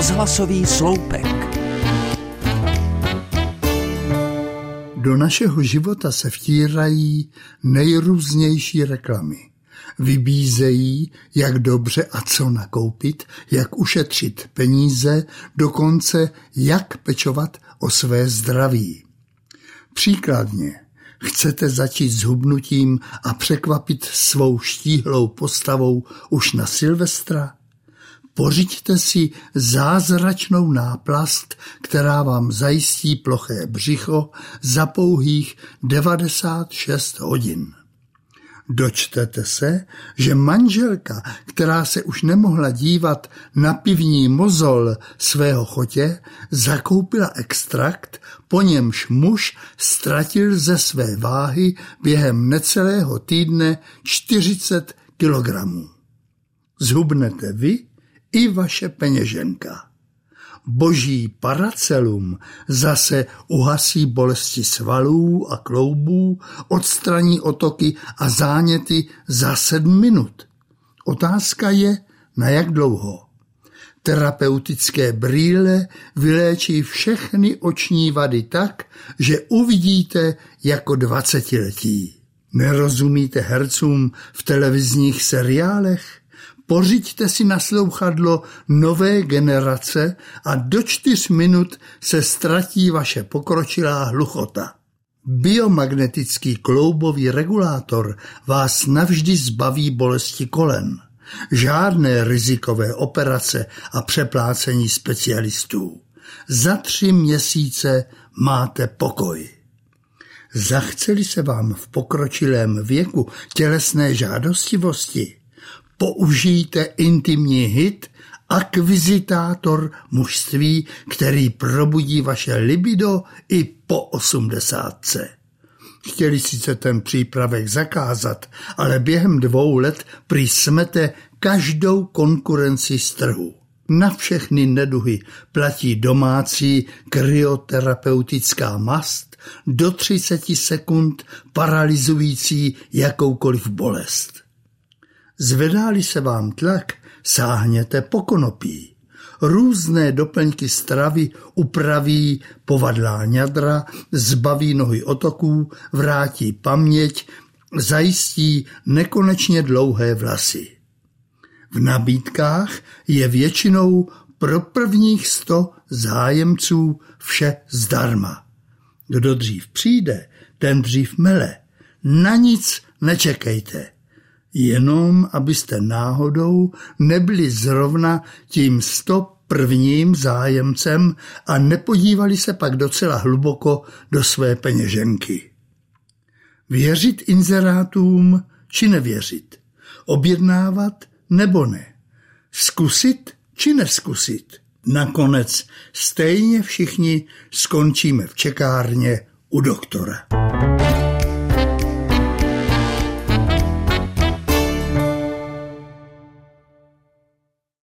Rozhlasový sloupek. Do našeho života se vtírají nejrůznější reklamy. Vybízejí, jak dobře a co nakoupit, jak ušetřit peníze, dokonce jak pečovat o své zdraví. Příkladně, chcete začít s hubnutím a překvapit svou štíhlou postavou už na Silvestra? Pořiďte si zázračnou náplast, která vám zajistí ploché břicho za pouhých 96 hodin. Dočtete se, že manželka, která se už nemohla dívat na pivní mozol svého chotě, zakoupila extrakt, po němž muž ztratil ze své váhy během necelého týdne 40 kilogramů. Zhubnete vy i vaše peněženka. Boží paracelum zase uhasí bolesti svalů a kloubů, odstraní otoky a záněty za 7 minut. Otázka je, na jak dlouho. Terapeutické brýle vyléčí všechny oční vady tak, že uvidíte jako 20letí. Nerozumíte hercům v televizních seriálech? Pořiďte si na slouchadlo Nové generace a do 4 minut se ztratí vaše pokročilá hluchota. Biomagnetický kloubový regulátor vás navždy zbaví bolesti kolen. Žádné rizikové operace a přeplácení specialistů. Za 3 měsíce máte pokoj. Zachce-li se vám v pokročilém věku tělesné žádostivosti, použijte intimní hit Akvizitátor mužství, který probudí vaše libido i po 80. Chtěli sice ten přípravek zakázat, ale během 2 let prý smete každou konkurenci z trhu. Na všechny neduhy platí domácí kryoterapeutická mast do 30 sekund paralyzující jakoukoliv bolest. Zvedá-li se vám tlak, sáhněte po konopí. Různé doplňky stravy upraví povadlá ňadra, zbaví nohy otoků, vrátí paměť, zajistí nekonečně dlouhé vlasy. V nabídkách je většinou pro prvních 100 zájemců vše zdarma. Kdo dřív přijde, ten dřív mele. Na nic nečekejte. Jenom abyste náhodou nebyli zrovna tím 101. zájemcem a nepodívali se pak docela hluboko do své peněženky. Věřit inzerátům či nevěřit? Objednávat nebo ne? Zkusit či neskusit? Nakonec stejně všichni skončíme v čekárně u doktora.